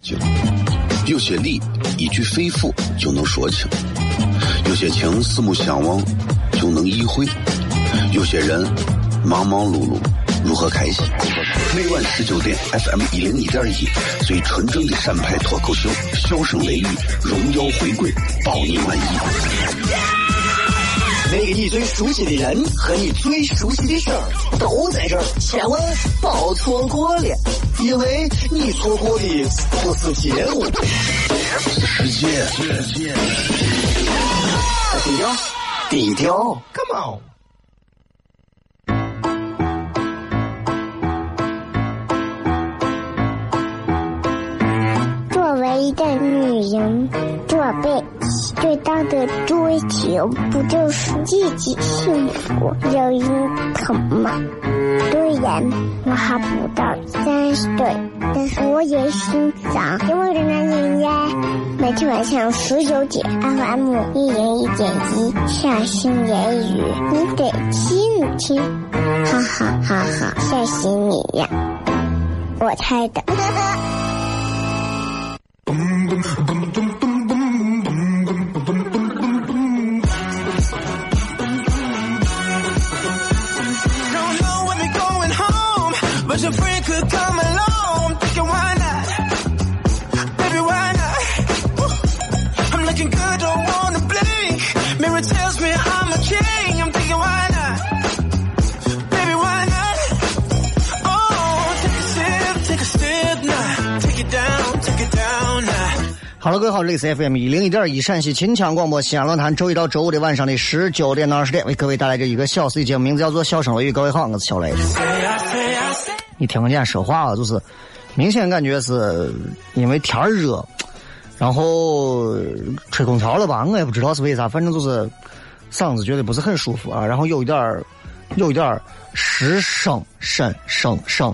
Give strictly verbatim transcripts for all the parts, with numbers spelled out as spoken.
有些理一句肺腑就能说清，有些情四目相望就能意会，有些人忙忙碌碌如何开心。每晚十九点 F M 一零一点一，最纯正的陕派脱口秀，笑声雷雨，荣耀回归，保你满意。 那个你最熟悉的人和你最熟悉的事儿都在这儿，千万别错过了，因为你错过的不是节目， 世界世界低调低调 Come on。 作为一个女人，这辈子最大的追求不就是自己幸福有人疼吗？虽然我还不到三十岁，但是我也心脏因为的男人呀。每天晚上十九点 F M 一人一点一，下心言语，你得听听，哈哈哈哈，吓死你呀！我猜的。 But your friend could come along, thinking why not? Baby, why not? I'm looking good, don't wanna blink. Mirror tells me I'm a king, I'm thinking why not? Baby, why not? Oh, take a sip, take a sip now. Take it down, take it down now. 好了，各位好，这里是 F M 一零一点一陕西秦腔广播西安论坛，周一到周五的晚上的十九点到二十点，为各位带来这一个小时的节目，名字叫做《笑声雷雨》。各位好，我是小雷。你听见说话了，就是明显感觉是因为天热，然后吹空调了吧？我也不知道是为啥，反正就是嗓子觉得不是很舒服啊，然后有一点有一点失声声声声。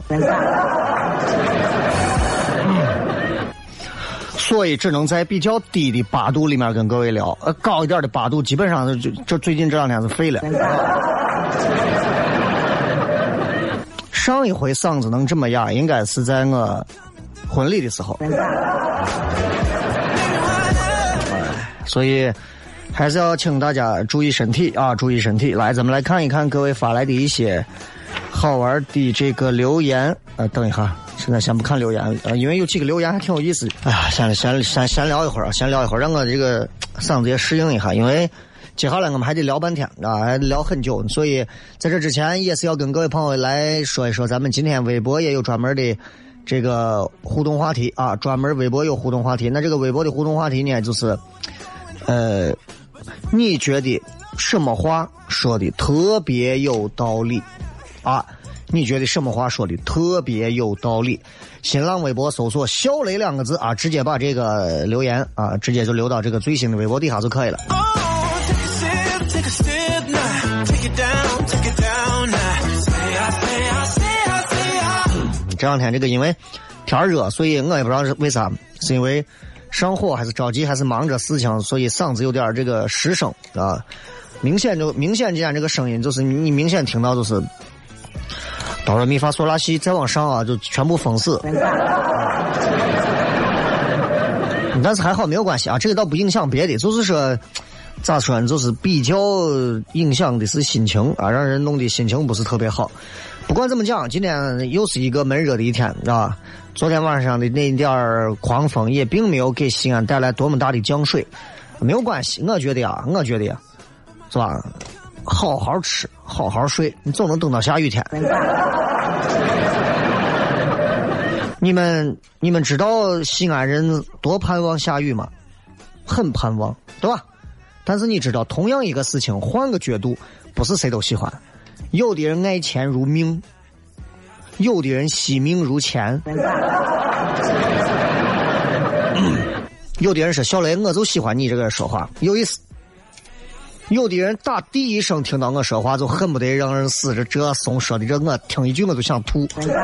所以只能在比较低的八度里面跟各位聊，呃，高一点的八度基本上就就最近这两天是废了。上一回嗓子能这么哑，应该是在我婚礼的时候。所以还是要请大家注意身体啊，注意身体。来，咱们来看一看各位发来的一些好玩的这个留言。呃，等一下。现在先不看留言，呃，因为有几个留言还挺有意思的。哎呀，先先先先聊一会儿啊，先聊一会儿，让我这个嗓子也适应一下，因为接下来我们还得聊半天啊，还得聊很久，所以在这之前也是要跟各位朋友来说一说，咱们今天微博也有专门的这个互动话题啊，专门微博有互动话题。那这个微博的互动话题呢，就是呃，你觉得什么话说的特别有道理啊？你觉得什么话说的特别有道理？新浪微博搜索小雷两个字啊，直接把这个留言啊，直接就留到这个最新的微博底下就可以了。这两天这个因为天热，所以我也不知道是为啥，是因为上火还是着急还是忙着事情，所以嗓子有点这个失声啊，明显就明显这样这个声音就是你明显听到就是哆来咪发嗦拉西再往上啊，就全部封死。但是还好没有关系啊，这个倒不影响别的，就是说咋说呢，就是比较影响的是心情啊，让人弄的心情不是特别好。不管怎么讲，今天又是一个闷热的一天啊。昨天晚上的那点狂风也并没有给西安带来多么大的降水，没有关系。我觉得啊，我觉得呀，是吧？好好吃，好好睡，你总能等到下雨天。你们你们知道西安人多盼望下雨吗？很盼望，对吧？但是你知道，同样一个事情，换个角度，不是谁都喜欢。有的人爱钱如命，有的人惜命如钱。有的人说小雷，我就喜欢你这个人说话有意思。有的人打第一声听到我说话就恨不得让人死，这这怂说的这我听一句我就想吐。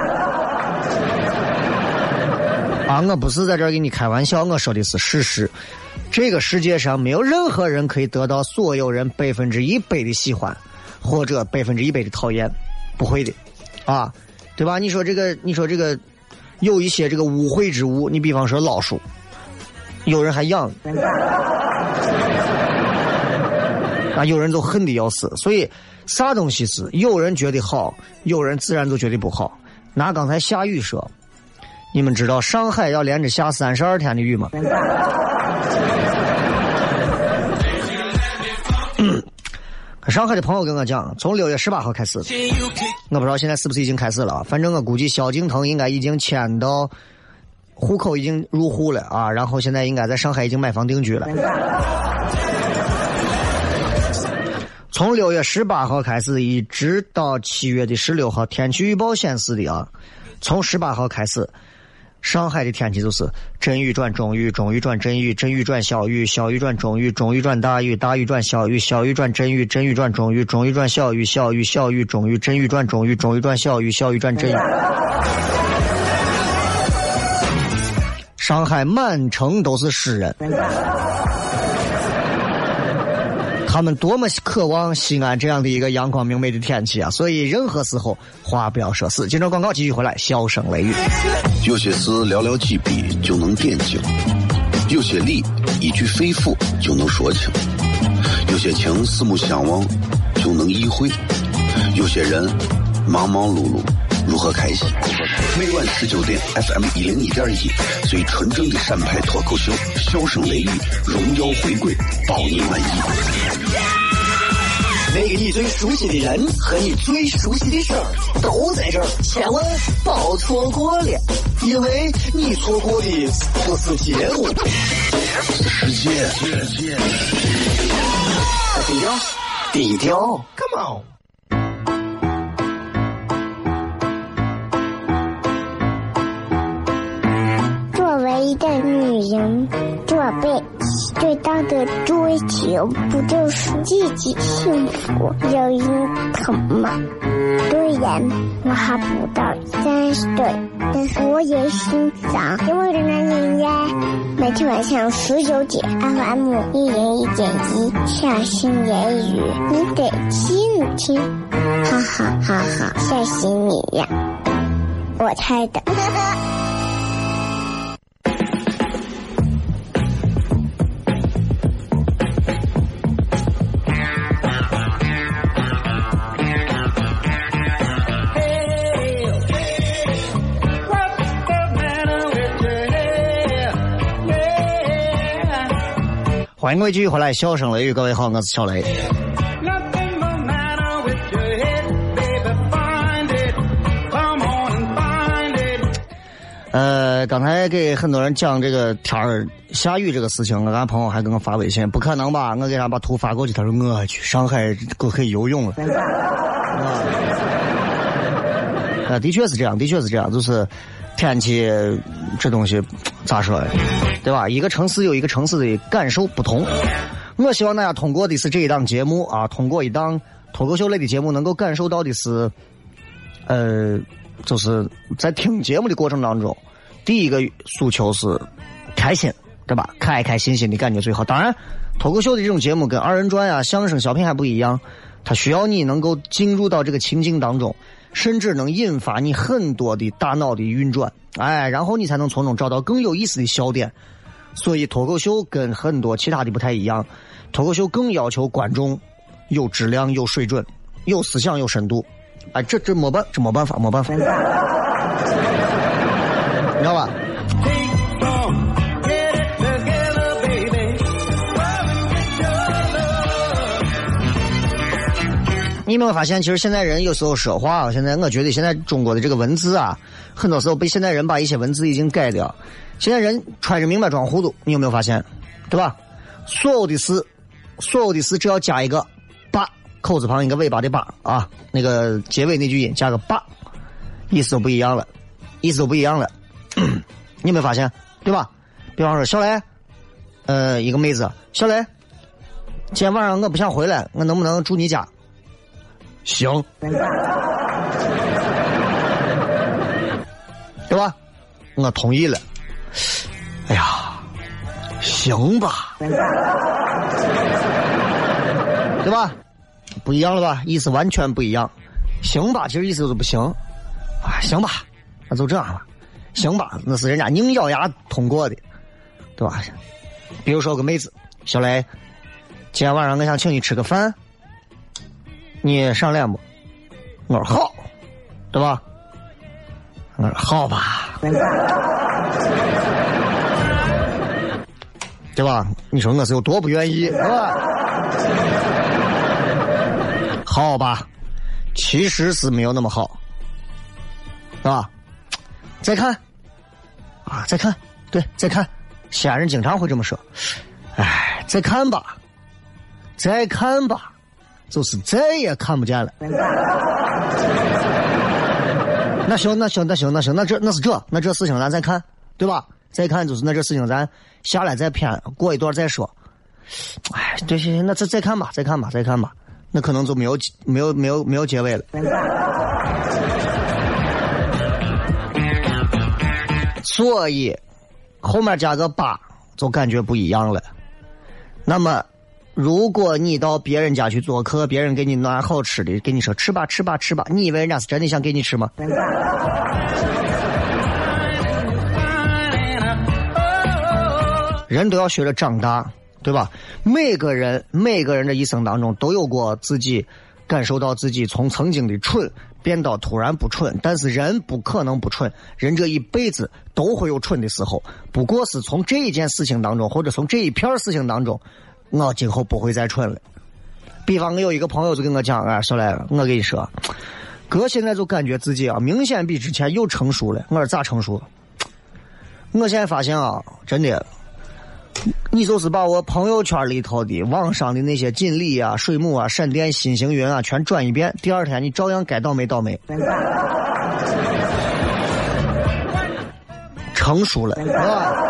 啊，我不是在这儿给你开玩笑，我说的是事实。这个世界上没有任何人可以得到所有人百分之一百的喜欢，或者百分之一百的讨厌，不会的，啊，对吧？你说这个，你说这个， 有一些这个污秽之物，你比方说老鼠，有人还养啊，有人就恨得要死。所以啥东西是有人觉得好，有人自然就觉得不好。拿刚才下雨说，你们知道上海要连着下三十二天的雨吗？嗯，上海的朋友跟我讲，从六月十八号开始，我不知道现在是不是已经开始了，反正我估计萧敬腾应该已经迁到户口已经入户了啊，然后现在应该在上海已经买房定居了。从六月十八号开始，一直到七月的十六号，天气预报显示的啊，从十八号开始，上海的天气就是阵雨转中雨，中雨转阵雨，阵雨转小雨，小雨转中雨，中雨转大雨，大雨转小雨，小雨转阵雨，阵雨转中雨，中雨转小雨，小雨小雨中雨，阵雨转中雨，中雨转小雨，小雨转阵雨。上海满城都是诗人。他们多么渴望西安这样的一个阳光明媚的天气啊！所以任何时候话不要说死。接着广告继续回来，笑声雷雨。 有些事寥寥几笔就能点睛，有些理一句肺腑就能说清，有些情四目相望就能意会，有些人忙忙碌碌如何开心？每晚十九点 F M 一零一点一，最纯正的陕派脱口秀，笑声雷雨，荣耀回归，保你满意。 那个你最熟悉的人和你最熟悉的事儿都在这儿，千万别错过了，因为你错过的不是节目， 世界。 低调，低调 ，Come on。 作为一个女人，做辈最大的追求不就是自己幸福有人疼吗？虽然我还不到三十岁，但是我也心脏因为人男人呀。每天晚上十九点 F M 一人一点一，下心言语，你得听听，哈哈哈哈，吓死你呀！我猜的。 欢迎各位继续回来，笑声雷雨，各位好，我是小雷。呃，刚才给很多人讲这个天儿下雨这个事情，我俺朋友还跟我发微信，不可能吧？我给他把图发过去，他说我去上海够可以游泳了。啊，的确是这样，的确是这样，就是天气这东西咋说呀？对吧？一个城市有一个城市的感受不同。我希望大家通过的是这一档节目啊，通过一档脱口秀类的节目，能够感受到的是，呃，就是在听节目的过程当中，第一个诉求是开心，对吧？开开心心的感觉最好。当然，脱口秀的这种节目跟二人转啊、相声、小品还不一样，它需要你能够进入到这个情境当中，甚至能引发你很多的大脑的运转，哎，然后你才能从中找到更有意思的笑点。所以脱口秀跟很多其他的不太一样，脱口秀更要求观众有质量、有水准、有思想、有深度。哎，这这没办，这没办法，没办法，你知道吧？你有没有发现，其实现在人有时候说话，现在我觉得现在中国的这个文字啊，很多时候被现在人把一些文字已经改掉。现在人揣着明白装糊涂，你有没有发现？对吧？所有的事，所有的事只要加一个八，口字旁一个尾巴的八啊，那个结尾那句音加个八，意思都不一样了，意思都不一样了。你有没有发现？对吧？比方说小雷，呃，一个妹子，小雷，今天晚上我不想回来，我能不能住你家？行，对吧？我同意了。哎呀，行吧，对吧？不一样了吧？意思完全不一样。行吧，其实意思就是不行。啊，行吧，那就这样了。 行吧，那是人家硬咬牙通过的，对吧？比如说个妹子，小雷，今天晚上我想请你吃个饭，你上脸不？我说好，对吧？我说好吧，对吧？你说我是有多不愿意，是吧？好吧，其实是没有那么好，是吧？再看啊，再看，对，再看。西安人经常会这么说，哎，再看吧，再看吧，就是再也看不见了。那行，那行，那行，那行，那这那是这，那这事情咱再看，对吧？再看就是那这事情咱下来再骗，过一段再说。哎，对，行行，那再再看吧，再看吧，再看吧，那可能就没有没有没有没有结尾了。所以后面加个八就感觉不一样了。那么如果你到别人家去做客，别人给你拿好吃的，给你说吃吧吃吧吃吧，你以为人家是真的想给你吃吗？人都要学着长大，对吧？每个人每个人的一生当中都有过自己感受到自己从曾经的蠢变到突然不蠢，但是人不可能不蠢，人这一辈子都会有蠢的时候，不过是从这一件事情当中，或者从这一片事情当中，我今后不会再蠢了。比方我有一个朋友就跟我讲，哎，小来我跟你说，哥现在就感觉自己啊明显比之前又成熟了。我说咋成熟？我现在发现啊，真的，你就是把我朋友圈里头的网上的那些锦鲤啊、水母啊、闪电、新星云啊全转一遍，第二天你照样该倒霉倒霉。成熟了啊！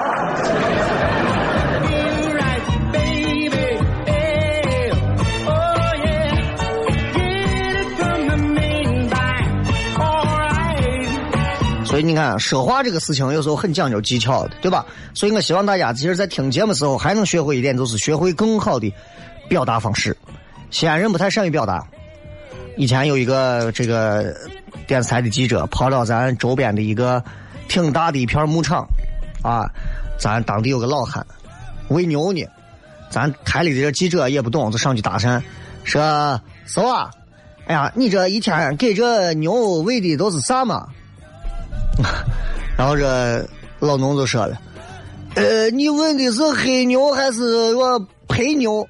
所以你看，说话这个事情有时候很讲究技巧的，对吧？所以我希望大家其实在听节目的时候还能学会一点，就是学会更好的表达方式。西安人不太善于表达。以前有一个这个电视台的记者跑到咱周边的一个挺大的一片牧场啊，咱当地有个老汉喂牛呢，咱台里的这记者也不懂，就上去搭讪，说嫂啊，哎呀，你这一天给这牛喂的都是啥嘛？然后这老农就说了，呃，你问的是黑牛还是我陪牛？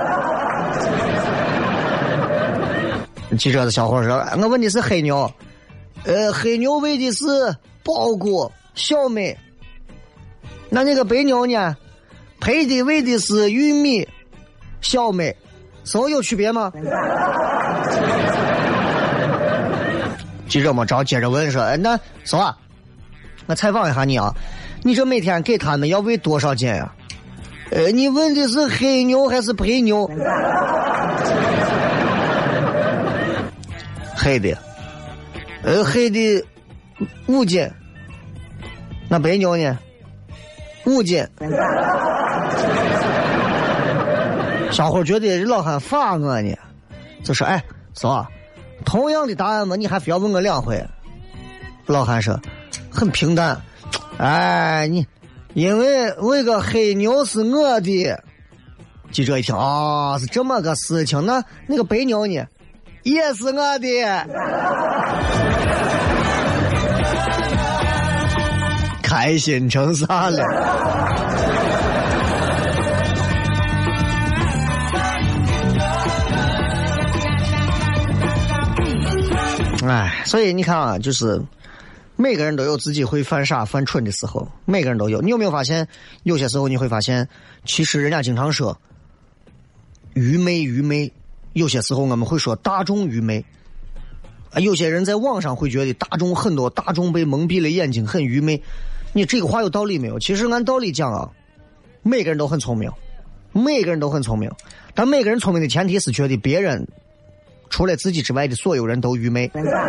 记者的小伙说，我问的是黑牛，呃，黑牛喂的是苞谷小麦，那那个白牛呢？陪的喂的是玉米小麦，所有区别吗？记者们找接着问说，哎，那嫂啊，我采访一下你啊，你这每天给他们要喂多少斤呀？呃，你问的是黑牛还是白牛？黑的，呃，黑的五斤，那白牛呢？五斤。小伙觉得老汉罚我呢，就说，哎，嫂啊，同样的答案嘛，你还非要问我两回？老汉说很平淡，哎，你因为那个黑牛是我的。记者一听啊、哦，是这么个事情，那那个白牛呢也是我的。开心成啥了？哎，所以你看啊，就是每个人都有自己会犯傻犯蠢的时候，每个人都有。你有没有发现，有些时候你会发现，其实人家经常说愚昧愚昧，有些时候我们会说大众愚昧啊。有些人在网上会觉得大众很多，大众被蒙蔽了眼睛，很愚昧。你这个话有道理没有？其实按道理讲啊，每个人都很聪明，每个人都很聪明，但每个人聪明的前提是觉得别人除了自己之外的所有人都愚昧。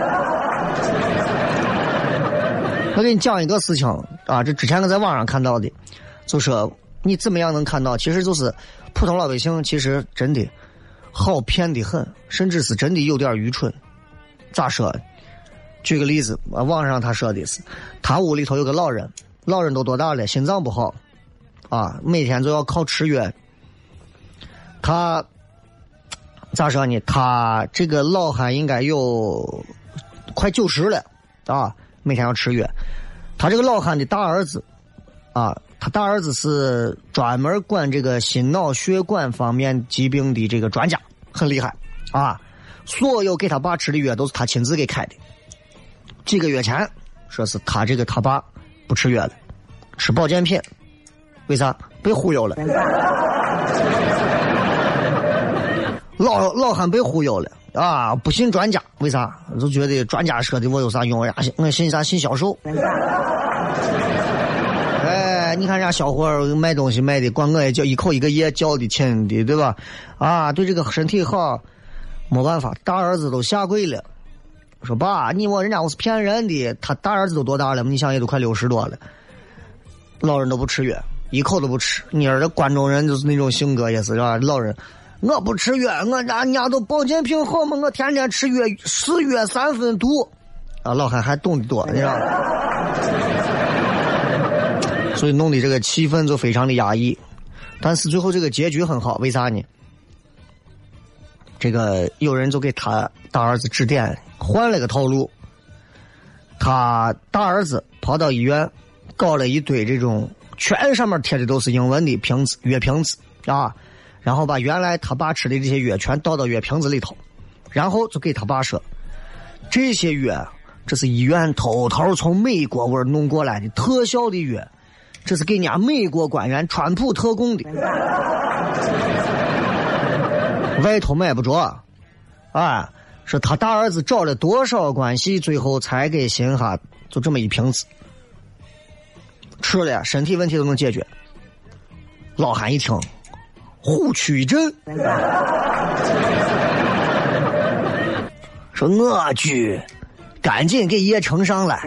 我给你讲一个事情啊，这之前我在网上看到的，就说你怎么样能看到，其实就是普通老百姓其实真的好骗的很，甚至是真的有点愚蠢。咋说？ 举个例子，网上他说的是，他屋里头有个老人，老人都多大了，心脏不好，啊，每天都要靠吃药。他咋说呢？他这个老汉应该有快九十了，啊，每天要吃药。他这个老汉的大儿子，啊，他大儿子是专门管这个心脑血管方面疾病的这个专家，很厉害啊。所有给他爸吃的药都是他亲自给开的。几个月前说是他这个他爸不吃药了，吃保健品，为啥？被忽悠了。老老汉被忽悠了啊！不信专家，为啥？就觉得专家说的我有啥用呀？我信啥？信销售。哎，你看人家小伙儿卖东西卖的，光我也叫一口一个叶叫的亲的，对吧？啊，对这个身体好，没办法，大儿子都下跪了。说爸，你我人家我是骗人的，他大儿子都多大了？你想也都快六十多了，老人都不吃药，一口都不吃。你儿的关中人就是那种性格，也是是吧？老人，我不吃药，我家家都保健品好嘛，我天天吃药，四药三分毒。啊，老汉还懂得多，你知道吗？所以弄的这个气氛就非常的压抑，但是最后这个结局很好，为啥呢？这个有人就给他大儿子指点，换了个套路。他大儿子跑到医院，搞了一堆这种全上面贴的都是英文的瓶子、药瓶子啊，然后把原来他爸吃的这些药全倒到药瓶子里头，然后就给他爸说，这些药这是医院偷偷从美国味弄过来的特效的药，这是给人家美国官员川普特供的。外头买不着，啊，是他大儿子找了多少关系，最后才给新哈就这么一瓶子吃了，身体问题都能解决。老汉一听，虎躯一震，说我去，赶紧给叶呈上来，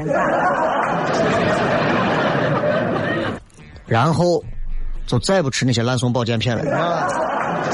然后就再不吃那些烂怂保健品了。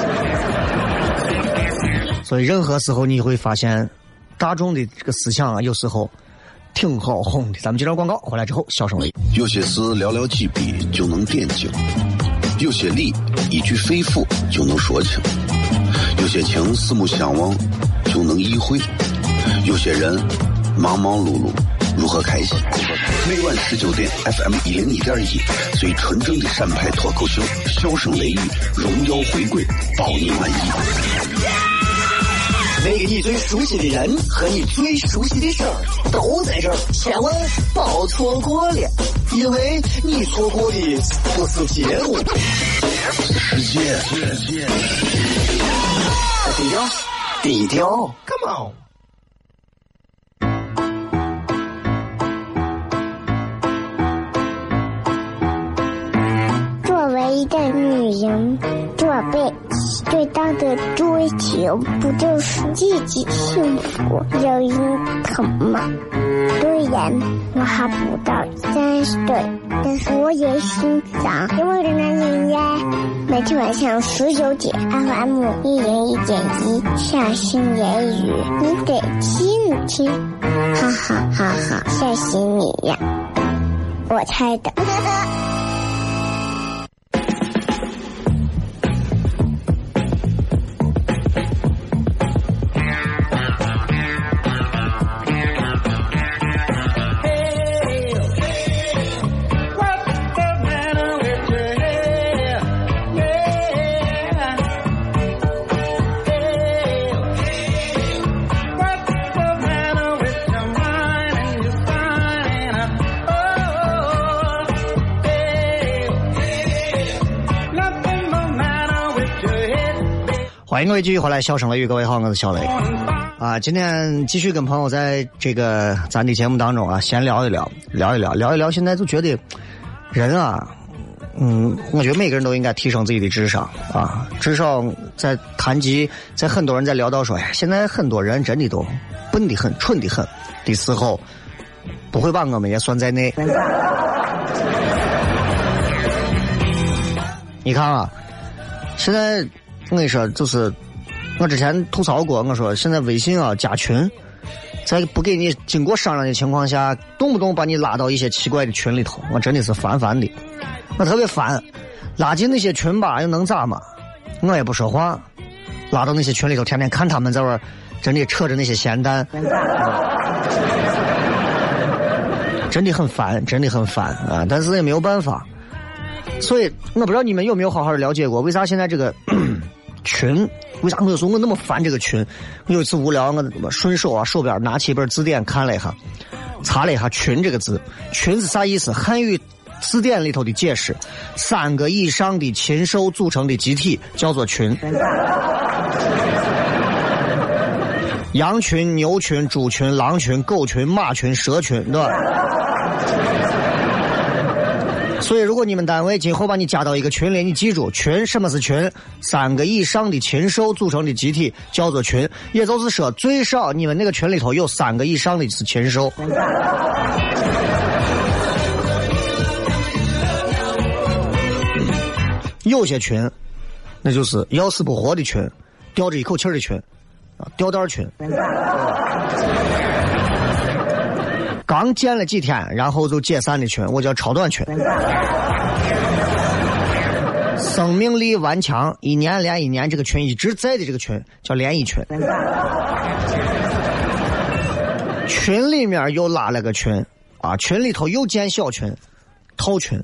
所以任何时候你会发现大众的这个思想啊，有时候挺好哄的。咱们接着广告回来之后，笑声雷。 有些事寥寥几笔就能点睛，有些理一句肺腑就能说清，有些情四目相望就能意会，有些人忙忙碌碌如何开心？每晚十九点 F M 一零一点一，最纯正的陕派脱口秀，笑声雷雨，荣耀回归，保你满意。 那个你最熟悉的人和你最熟悉的事儿都在这儿，千万别错过了，因为你错过的不是节目， 世界。 低调，低调 ，Come on。 作为一个女人，做辈最大的追求不就是自己幸福有人疼吗？虽然我还不到三十岁，但是我也心脏因为人男人呀。每天晚上十九点 F M 一人一点一，下心言语，你得听听，哈哈哈哈，吓死你呀！我猜的。 欢迎各位继续回来，笑声雷雨，各位好，我是小雷啊。今天继续跟朋友在这个咱的节目当中啊，闲聊一聊，聊一聊，聊一聊。现在就觉得人啊，嗯，我觉得每个人都应该提升自己的智商啊。至少在谈及，在很多人在聊到说，哎，现在很多人真的都笨得很、蠢得很的时候，不会把我们也算在内。你看啊，现在。我跟你说，就是我之前吐槽过，我说现在微信啊加群， 在不给你经过商量的情况下，动不动把你拉到一些奇怪的群里头，我真的是烦烦的，我特别烦。拉进那些群吧，又能咋嘛？我也不说话，拉到那些群里头，天天看他们在那真的扯着那些闲蛋，真的很烦，真的很烦啊！但是也没有办法。所以我不知道你们有没有好好的了解过，为啥现在这个群，为啥我说我那么烦这个群？我有一次无聊，我顺手啊手边拿起一本字典看了一下，查了一下群这个字，群是啥意思？汉语字典里头的解释，三个以上的禽兽组成的集体叫做群。羊群、牛群、猪群、狼群、狗群、马群、蛇群，对吧？所以如果你们单位今后把你加到一个群里，你记住群，什么是群？三个以上的禽兽组成的集体叫做群，也就是说最少你们那个群里头有三个以上的是禽兽。有些群那就是要死不活的群，吊着一口气的群啊，吊带群，刚建了几天然后就解散的群，我叫超短群。生命力顽强，一年连一年这个群一直在的这个群叫连一群。群里面又拉了个群啊，群里头又建小群，套群。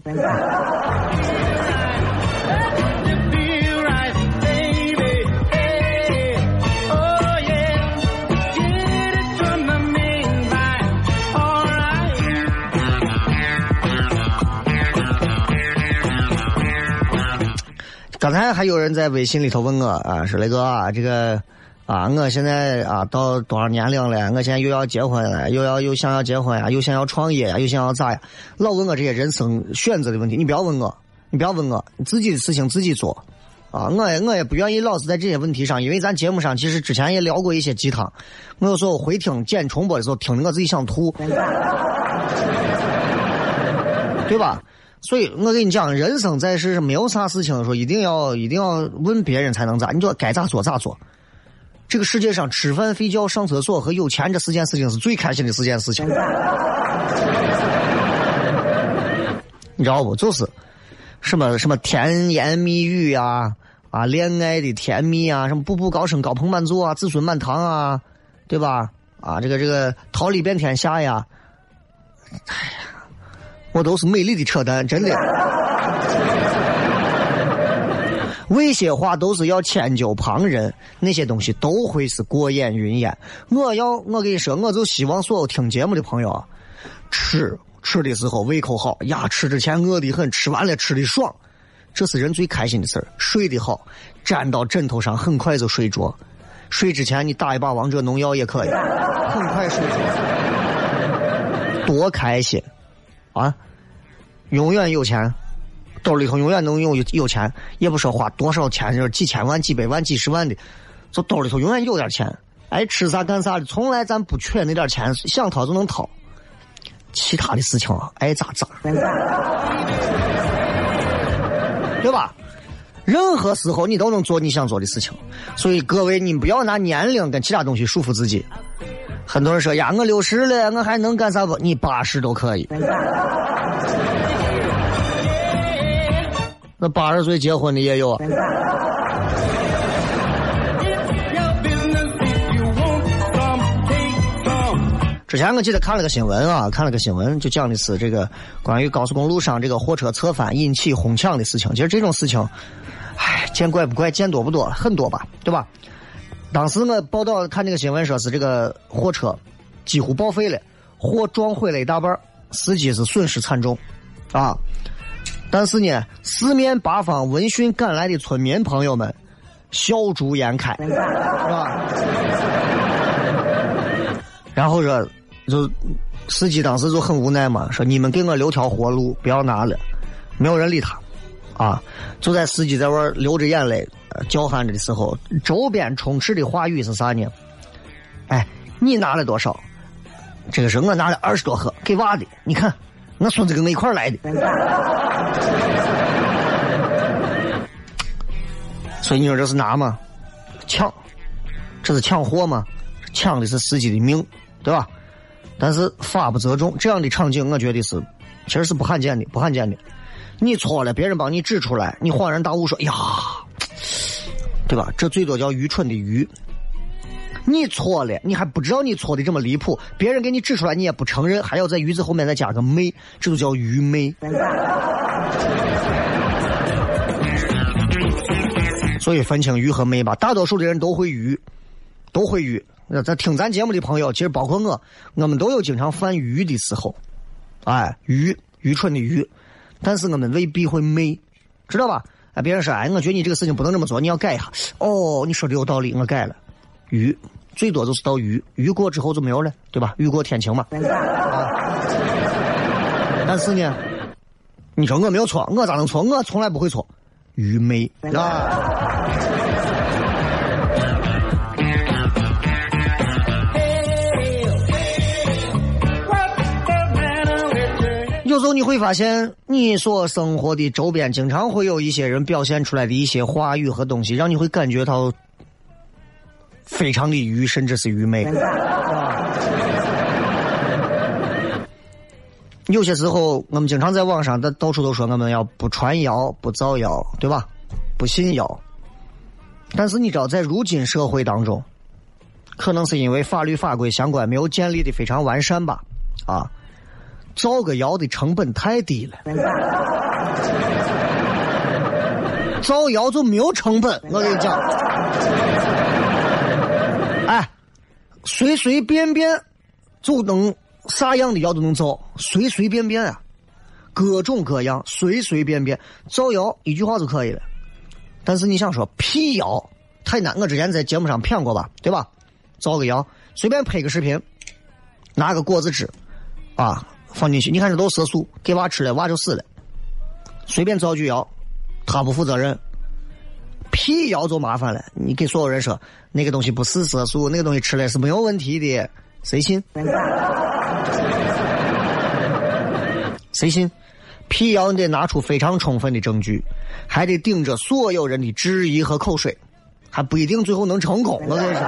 刚才还有人在微信里头问我啊，说雷哥啊，这个啊，我现在啊到多少年龄了？我现在又要结婚了，又要又想要结婚呀，又想要创业呀，又想要咋呀？老问我这些人生选择的问题，你不要问我，你不要问我，你自己的事情自己做啊！我也我也不愿意老是在这些问题上，因为咱节目上其实之前也聊过一些鸡汤，我有时候回听剪重播的时候听着我自己想吐，对吧？所以我跟你讲，人生在世是没有啥事情说一定要一定要问别人才能咋，你就该咋做咋做。这个世界上吃饭睡觉上厕所和有钱这四件事情是最开心的四件事情，你知道不？就是什么什么甜言蜜语啊啊，恋爱的甜蜜啊，什么步步高升高朋满座啊，子孙满堂啊，对吧？啊，这个这个桃李遍天下呀，哎呀。我都是美丽的扯淡，真的。为些话都是要迁就旁人，那些东西都会是过眼云烟。我要我跟你说，我就希望所有听节目的朋友啊，吃吃的时候胃口好呀，吃之前饿得很，吃完了吃的爽，这是人最开心的事儿。睡得好，粘到枕头上很快就睡着。睡之前你打一把王者农药也可以，很快睡着，多开心啊！永远有钱，兜里头永远能有有钱，也不说花多少钱，就是几千万、几百万、几十万的，就兜里头永远有点钱。哎，吃啥干啥的，从来咱不缺那点钱，想掏就能掏。其他的事情啊，爱咋咋，对吧？任何时候你都能做你想做的事情。所以各位，你不要拿年龄跟其他东西束缚自己。很多人说呀，我六十了，我还能干啥不？你八十都可以。那八十岁结婚的也有啊。之前我记得看了个新闻啊，看了个新闻，就讲的是这个关于高速公路上这个货车侧翻引起哄抢的事情。其实这种事情，唉，见怪不怪，见多不多，很多吧，对吧？当时我报道看这个新闻，说是这个货车几乎报废了，货撞毁了一大半，司机是损失惨重啊。但是呢，四面八方闻讯赶来的村民朋友们笑逐颜开，是吧？然后说，就司机当时就很无奈嘛，说你们给我留条活路，不要拿了。没有人理他，啊，就在司机在那流着眼泪、呃、叫喊着的时候，周边充斥的话语是啥呢？哎，你拿了多少？这个时候我拿了二十多盒，给娃的。你看，我孙子跟我一块来的。所以你说这是拿吗？抢，这是抢货吗？抢的是司机的命，对对吧？但是法不责众，这样的场景我觉得是其实是不罕见的，不罕见的。你错了，别人帮你指出来，你恍然大悟说呀，对吧？这最多叫愚蠢的愚。你错了，你还不知道你错的这么离谱，别人给你指出来你也不承认，还要在愚字后面再加个昧，这就叫愚昧。所以分清愚和昧吧，大多数的人都会愚，都会愚。在听咱节目的朋友，其实包括我，我们都有经常犯愚的时候，哎，愚愚蠢的愚，但是我们未必会昧，知道吧？哎，别人说，哎，我觉得你这个事情不能这么做，你要改一下。哦，你说的有道理，我改了。愚最多就是到愚，愚过之后就没有了，对吧？雨过天晴嘛。啊、但是呢，你说我没有错，我咋能错？我从来不会错。愚昧啊。有时候你会发现，你所生活的周边经常会有一些人表现出来的一些话语和东西，让你会感觉到非常的愚，甚至是愚昧。有些时候，我们经常在网上的到处都说我们要不传谣、不造谣，对吧？不信谣。但是你知道，在如今社会当中，可能是因为法律法规相关没有建立的非常完善吧，啊。造个谣的成本太低了，造谣就没有成本。我跟你讲，哎，随随便便就能啥样的谣都能造，随随便便啊，各种各样，随随便便造谣一句话就可以了。但是你想说辟谣太难，我之前在节目上骗过吧，对吧？造个谣，随便拍个视频，拿个果子汁啊。放进去，你看这都色素，给娃吃了，娃就死了。随便造句谣，他不负责任。辟谣就麻烦了，你给所有人说那个东西不是色素，那个东西吃了是没有问题的，谁信？谁信？辟谣你得拿出非常充分的证据，还得顶着所有人的质疑和口水，还不一定最后能成功。我跟你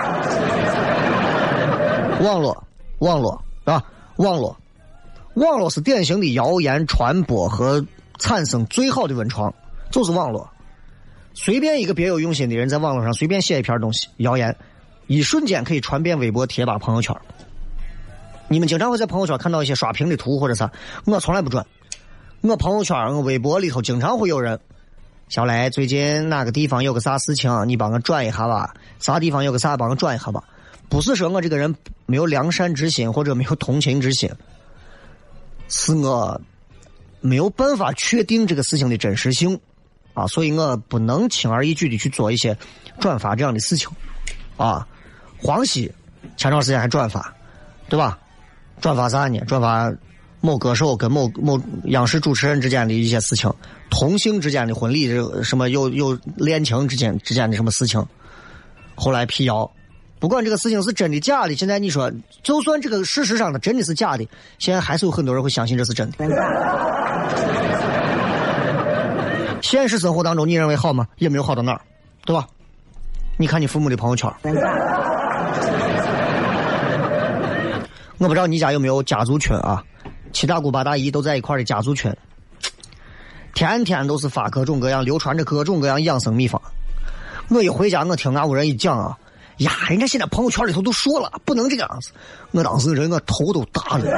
说，网络，网络啊，网络。网络是典型的谣言传播和产生最好的温床，就是网络。随便一个别有用心的人在网络上随便写一篇东西，谣言一瞬间可以传遍微博、贴吧、朋友圈。你们经常会在朋友圈看到一些刷屏的图或者啥，我从来不转。我朋友圈、我微博里头经常会有人，小雷最近哪个地方有个啥事情，你帮我转一下吧。啥地方有个啥，帮我转一下吧。不是说我这个人没有良善之心或者没有同情之心。是我没有办法确定这个事情的真实性啊，所以我不能轻而易举的去做一些转发这样的事情啊。黄西前段时间还转发，对吧？转发啥呢？转发某歌手跟某某央视主持人之间的一些事情，同性之间的婚礼，什么有有恋情之间之间的什么事情，后来辟谣。不管这个事情是真的假的，现在你说就算这个事实上的真的是假的，现在还是有很多人会相信这是真的。现实生活当中你认为好吗？也没有好到哪儿，对吧？你看你父母的朋友圈，我不知道你家有没有家族群啊，七大姑八大姨都在一块的家族群，天天都是发各种各样流传着各种各样养生秘方。我一回家我听俺屋人一讲啊，呀，人家现在朋友圈里头都说了不能这个样子，我当时人我头都大了，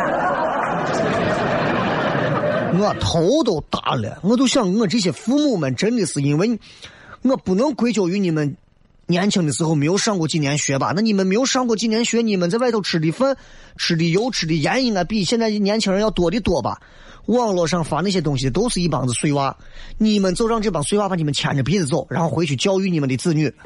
我头都大了，我都想我这些父母们真的是因为我不能归咎于你们年轻的时候没有上过几年学吧，那你们没有上过几年学，你们在外头吃的饭吃的油吃的盐应该比现在年轻人要多的多吧。网络上发那些东西都是一帮子碎娃，你们就让这帮碎娃把你们牵着鼻子走，然后回去教育你们的子女。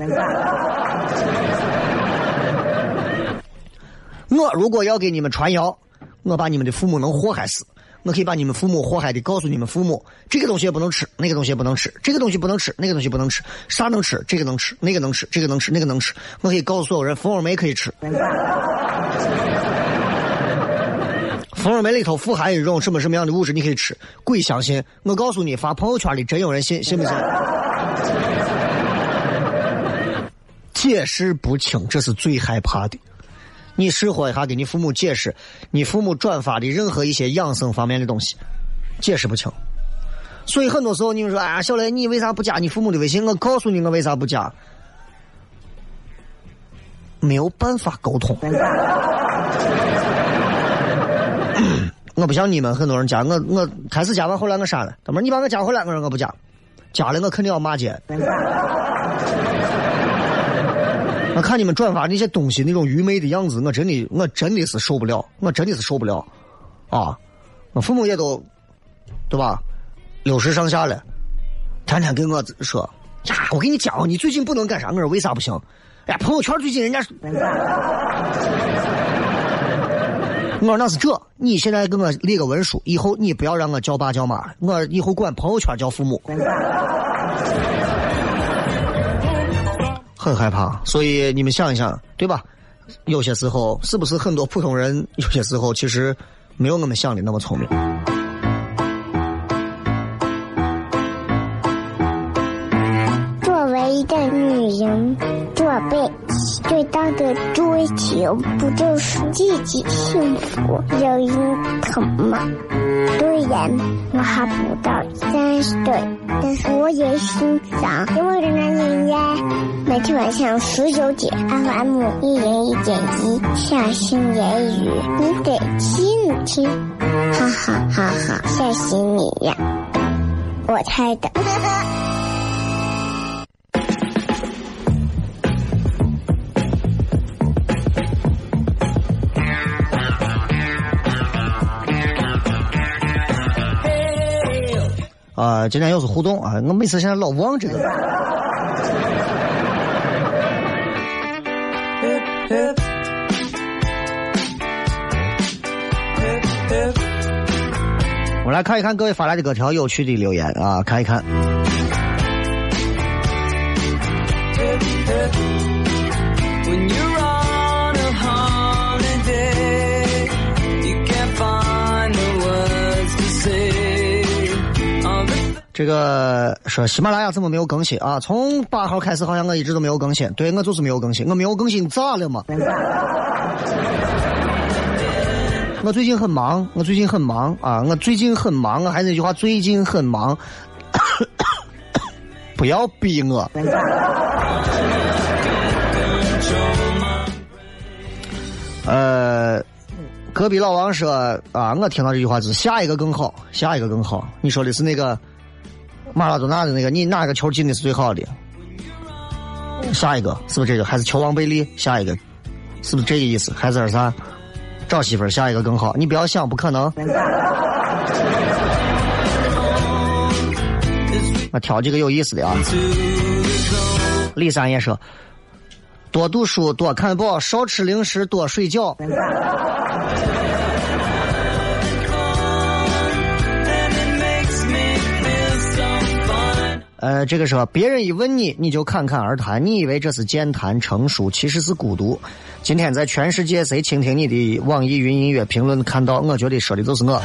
我如果要给你们传谣，我把你们的父母能祸害死，我可以把你们父母祸害的告诉你们父母，这个东西也不能吃，那个东西也不能吃，这个东西不能吃，那个东西不能吃，啥能吃，这个能吃，那个能吃，这个能吃，那个能吃，我可以告诉所有人蜂窝煤可以吃，蜂窝煤里头富含一种什么什么样的物质你可以吃，鬼相信，我告诉你发朋友圈里真有人信，信不信？解释不清，这是最害怕的。 你试货一下，给你父母解释，你父母转发的任何一些养生方面的东西，解释不清。所以很多时候你们说，哎呀，小雷，你为啥不加你父母的微信？我告诉你，我为啥不加？没有办法沟通。我不像你们很多人加，我我开始加完，后来我删了。他们你把我加回来，我说我不加，加了我肯定要骂街。我看你们转发那些东西那种愚昧的样子，我真的我真的是受不了，我真的是受不了啊！我父母也都对吧，六十上下了，天天跟我说呀，我跟你讲，你最近不能干啥？我说为啥不行？哎呀，朋友圈最近人家我说那是这，你现在跟我立个文书，以后你不要让我叫爸叫妈了，我以后管朋友圈叫父母。很害怕，所以你们想一想，对吧？有些时候是不是很多普通人有些时候其实没有我们想的那么聪明。 作为一个女人，做辈最大的追求不就是自己幸福有人疼吗？虽然我还不到三十岁，但是我也欣赏因为人家人家每天晚上十九点 F M 一人一点一下心言语，你得听听，哈哈哈哈，吓死你呀！我猜的。 啊、呃，今天又是互动啊！我每次现在老忘这个。我来看一看各位发来的各条有趣的留言啊，看一看。这个说喜马拉雅怎么没有更新啊？从八号开始好像我一直都没有更新，对，我就是没有更新，我没有更新咋了嘛？我最近很忙，我最近很忙啊，我最近很忙啊，还是那句话，最近很忙，不要逼我。呃，隔壁老王说啊，我听到这句话是下一个更好，下一个更好。你说的是那个马拉多纳的那个，你哪个球进的是最好的？下一个是不是这个？还是球王贝利？下一个是不是这个意思？还是啥？找媳妇儿下一个更好？你不要想，不可能。我挑几个有意思的啊。李三也说，多读书，多看报，少吃零食，多睡觉。呃，这个时候别人一问你，你就侃侃而谈，你以为这是健谈成熟，其实是孤独。今天在全世界谁倾听你的网易云音乐评论看到，我觉得说的就是我。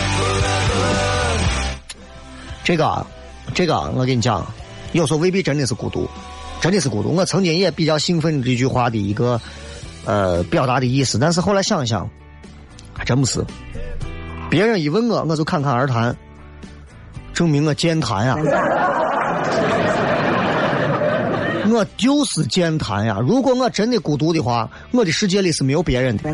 这个啊，这个啊，我跟你讲，有时候未必真的是孤独，真的是孤独。我曾经也比较兴奋这句话的一个呃表达的意思，但是后来想一想，还真不是。别人一问我，我就侃侃而谈，证明我健谈呀。我就是健谈呀！如果我真的孤独的话，我的世界里是没有别人的。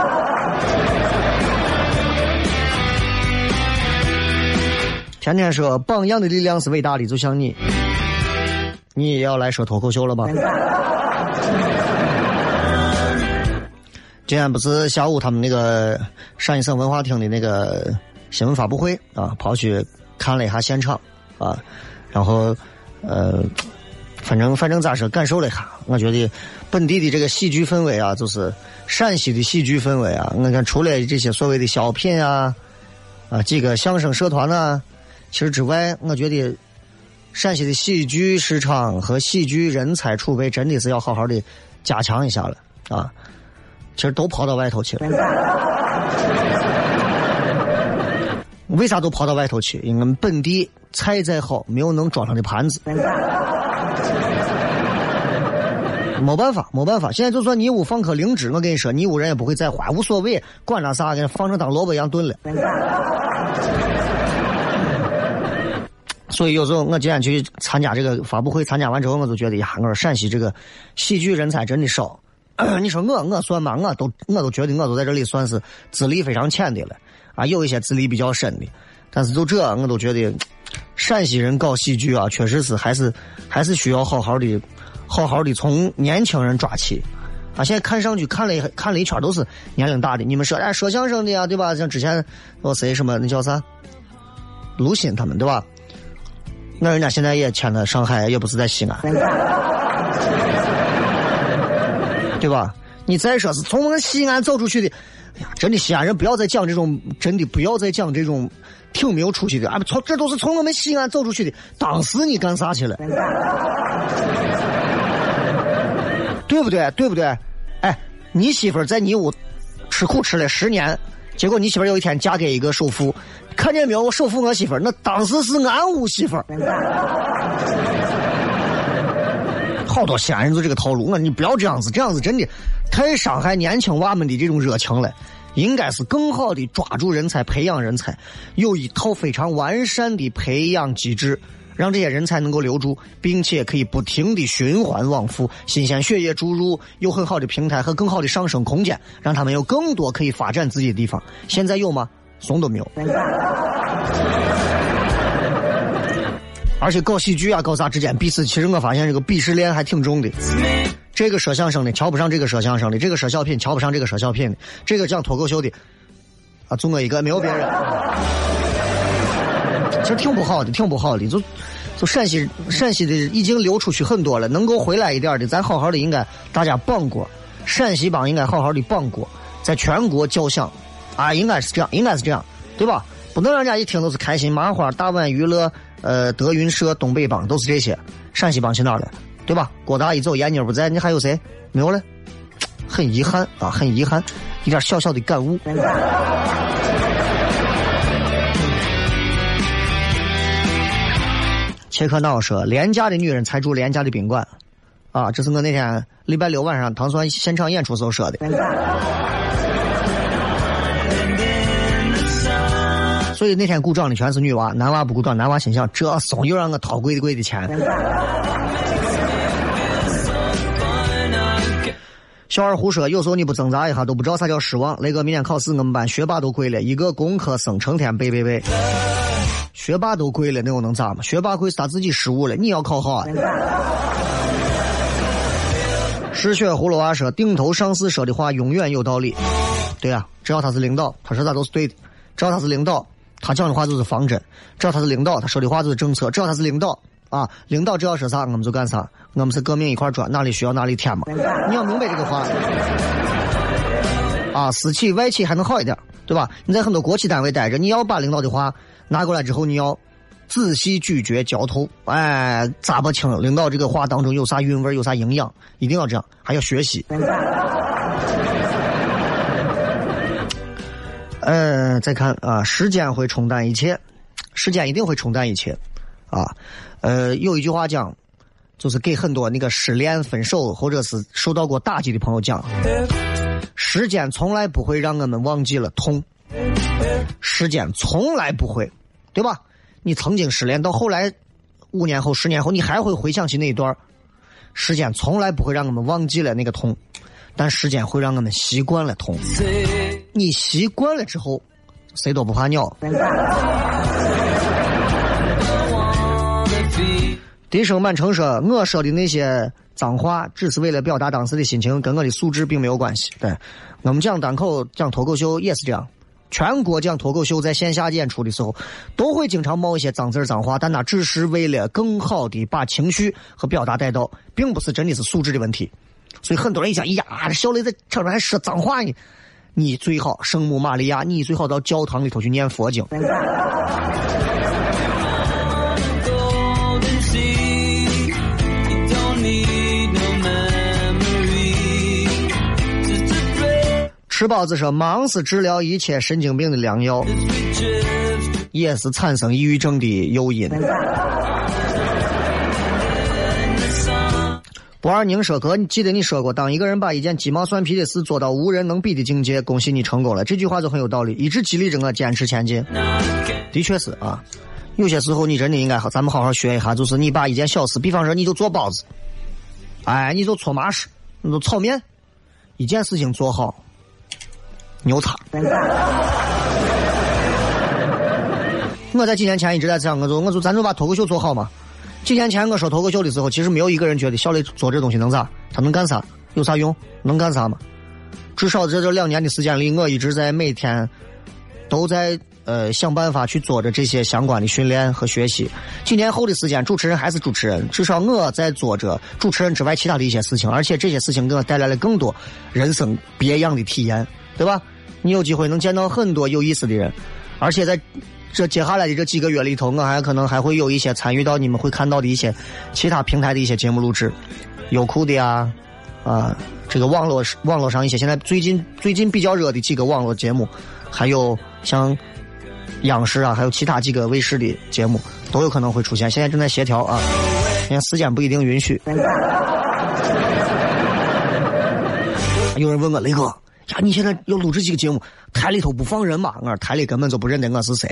天天说榜样的力量是伟大的，就像你，你也要来说脱口秀了吗？今天不是下午他们那个陕西省文化厅的那个新闻发布会啊，跑去看了一下现场啊，然后呃。反正反正咋说，感受了一下，我觉得本地的这个戏剧氛围啊，就是陕西的戏剧氛围啊。我看除了这些所谓的小品啊，啊几个相声社团啊，其实之外，我觉得陕西的戏剧市场和戏剧人才储备真的是要好好的加强一下了啊。其实都跑到外头去了，为啥都跑到外头去？因为我们本地菜再好，没有能装上的盘子。 没办法，没办法。现在就算你屋放颗灵芝，我跟你说，你屋人也不会再花，无所谓，管他啥，给放成当萝卜一样炖了。所以有时候我今天去参加这个发布会，参加完之后，我就觉得呀，我说陕西这个戏剧人才真的少。你说我我算吧，我都我都觉得我都在这里算是资历非常浅的了啊，有一些资历比较深的，但是就这我都觉得陕西人搞戏剧啊，确实是还是还是需要好好的好好的从年轻人抓起啊。现在看上去看了一看了一圈都是年龄大的，你们说哎说相声的呀，对吧？像之前我谁什么那叫啥卢鑫他们，对吧？那人家现在也迁到上海，也不是在西安。对吧？你再说是从我们西安走出去的，哎呀，真的西安人不要再讲这种，真的不要再讲这种挺没有出息的啊！从这都是从我们西安走出去的，当时你干啥去了？对不对？对不对？哎，你媳妇在你屋吃苦吃了十年，结果你媳妇有一天嫁给一个首富，看见没有？我首富我媳妇，那当时是俺屋媳妇。好多西安人做这个套路，你不要这样子，这样子真的太伤害年轻娃们的这种热情了。应该是更好的抓住人才，培养人才，有一套非常完善的培养机制，让这些人才能够留住，并且可以不停的循环往复，新鲜血液注入，有很好的平台和更好的上升空间，让他们有更多可以发展自己的地方。现在有吗？怂都没有。而且搞戏剧啊搞啥之间彼此，其实我发现这个鄙视链还挺重的。这个说相声的瞧不上这个说相声的，这个说小品瞧不上这个说小品的，这个讲脱口秀的啊，就我一个没有别人。其实挺不好的，挺不好的。就就陕西陕西的已经流出去很多了，能够回来一点的，咱好好的应该大家绑过，陕西帮应该好好的绑过，在全国叫响啊，应该是这样，应该是这样，对吧？不能让人家一听都是开心麻花、大碗娱乐、呃德云社、东北帮都是这些，陕西帮去哪儿了？对吧？郭大一走，闫妮不在，你还有谁？没有了，很遗憾啊，很遗憾，一点小小的感悟。切克闹说，廉价的女人才住廉价的宾馆，啊，这是我那天礼拜六晚上唐酸现场演出时候说的。所以那天鼓掌的全是女娃，男娃不鼓掌，男娃心想这怂又让我掏贵的贵的钱。小二胡说，有时候你不挣扎一下都不知道啥叫失望。雷哥明天考试，我们班学霸都跪了，一个工科生成天背背背。学霸都跪了，那又能咋嘛？学霸跪是他自己失误了，你要考好啊。失血葫芦娃说，顶头上司说的话永远有道理。对啊，只要他是领导，他说啥都是对的。只要他是领导，他讲的话就是方针；只要他是领导，他说的话就是政策；只要他是领导啊，领导只要说啥，我们就干啥。我们是革命一块砖，哪里需要哪里填嘛。你要明白这个话啊，私企外企还能好一点，对吧？你在很多国企单位待着，你要把领导的话拿过来之后，你要仔细咀嚼嚼透，哎，咂不清领导这个话当中有啥韵味，有啥营养，一定要这样，还要学习。呃，再看啊，时间会冲淡一切，时间一定会冲淡一切，啊，呃，有一句话讲，就是给很多那个失恋、分手或者是受到过打击的朋友讲，时间从来不会让我们忘记了痛，时间从来不会，对吧？你曾经失恋到后来，五年后、十年后，你还会回想起那一段，时间从来不会让我们忘记了那个痛。但时间会让我们习惯了痛，你习惯了之后，谁都不怕鸟。笛声满城说，我说的那些脏话只是为了表达当时的心情，跟我的素质并没有关系。对，我们讲单口、讲脱口秀也是这样，全国讲脱口秀在线下演出的时候，都会经常冒一些脏字脏话，但那只是为了更好的把情绪和表达带到，并不是真的是素质的问题。所以很多人一想，哎呀，小雷在场上还说脏话呢，你最好圣母玛利亚，你最好到教堂里头去念佛经。吃包子说，忙是治疗一切神经病的良药，也是产生抑郁症的诱因。 不二宁说：“哥，你记得你说过，当一个人把一件鸡毛蒜皮的事做到无人能比的境界，恭喜你成功了。”这句话就很有道理，一直激励着我坚持前进。的确是啊，有些时候你真的应该好，咱们好好学一下，就是你把一件小事，比方说你就做包子，哎，你就搓麻食，你就炒面，一件事情做好，牛叉。我在几年前一直在想，我就我就咱就把脱口秀做好嘛。几年前我说脱口秀的时候，其实没有一个人觉得小雷做这东西能咋，他能干啥，有啥用，能干啥吗？至少在这两年的时间里，我一直在每天都在呃想办法去做着这些相关的训练和学习。几年后的时间，主持人还是主持人，至少我在做着主持人之外其他的一些事情，而且这些事情给我带来了更多人生别样的体验，对吧？你有机会能见到很多有意思的人，而且在这接下来的这几个月里头，我还可能还会有一些参与到你们会看到的一些其他平台的一些节目录制，优酷的呀，啊，这个网络网络上一些现在最近最近比较热的几个网络节目，还有像央视啊，还有其他几个卫视的节目都有可能会出现，现在正在协调啊，现在时间不一定允许。有人问我雷哥呀，你现在要录制几个节目，台里头不放人嘛？我说台里根本就不认得我是谁。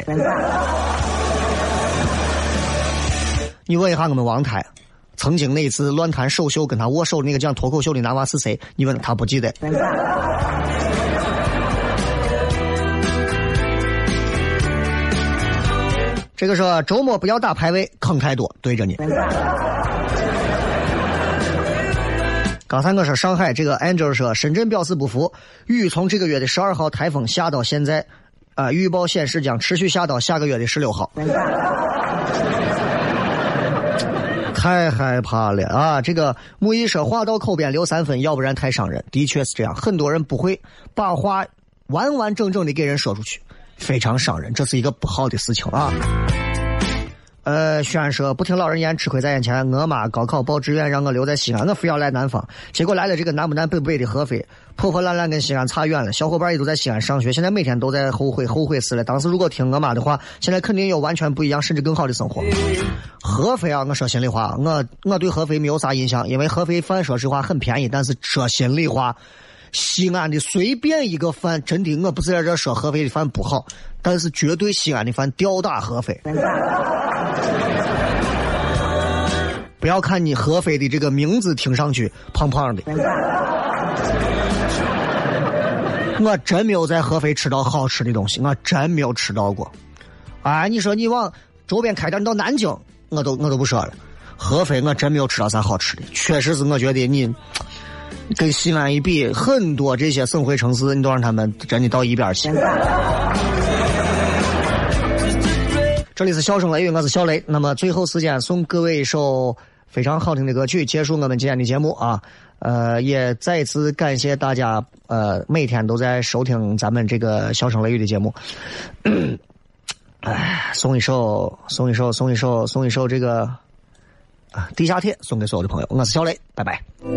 你问一下我们王台，曾经那一次乱弹首秀跟他握手那个讲脱口秀的男娃是谁？你问他不记得。这个说周末不要打排位，坑太多，对着你。刚才我说上海，这个 Angel 说深圳表示不服，雨从这个月的十二号台风下到现在，啊、呃，预报显示将持续下到下个月的十六号。太害怕了啊！这个木易说话到口边留三分，要不然太伤人。的确是这样，很多人不会把话完完整整的给人说出去，非常伤人，这是一个不好的事情啊。呃，轩说不听老人言，吃亏在眼前。我妈高考报志愿让我留在西安，我非要来南方，结果来了这个南不南北不北的合肥，破破烂烂跟西安差远了。小伙伴也都在西安上学，现在每天都在后悔，后悔死了。当时如果听我妈的话，现在肯定有完全不一样甚至更好的生活。合肥啊，我说心里话，我我对合肥没有啥印象，因为合肥饭说实话很便宜，但是说心里话，西安的随便一个饭，真的我不是在这说合肥的饭不好，但是绝对西安的饭吊打合肥。不要看你合肥的这个名字听上去胖胖的，我真没有在合肥吃到好吃的东西，我真没有吃到过。哎，你说你往周边开点，你到南京，我都我都不说了。合肥我真没有吃到啥好吃的，确实是我觉得你跟西安一比，很多这些省会城市你都让他们真的到一边去。这里是笑声雷雨，我是小雷。那么最后时间送各位一首非常好听的歌曲，结束我们今天的节目啊。呃，也再次感谢大家，呃，每天都在收听咱们这个笑声雷雨的节目。哎，送一首，送一首，送一首，送一首这个啊《地下铁》送给所有的朋友。我是小雷，拜拜。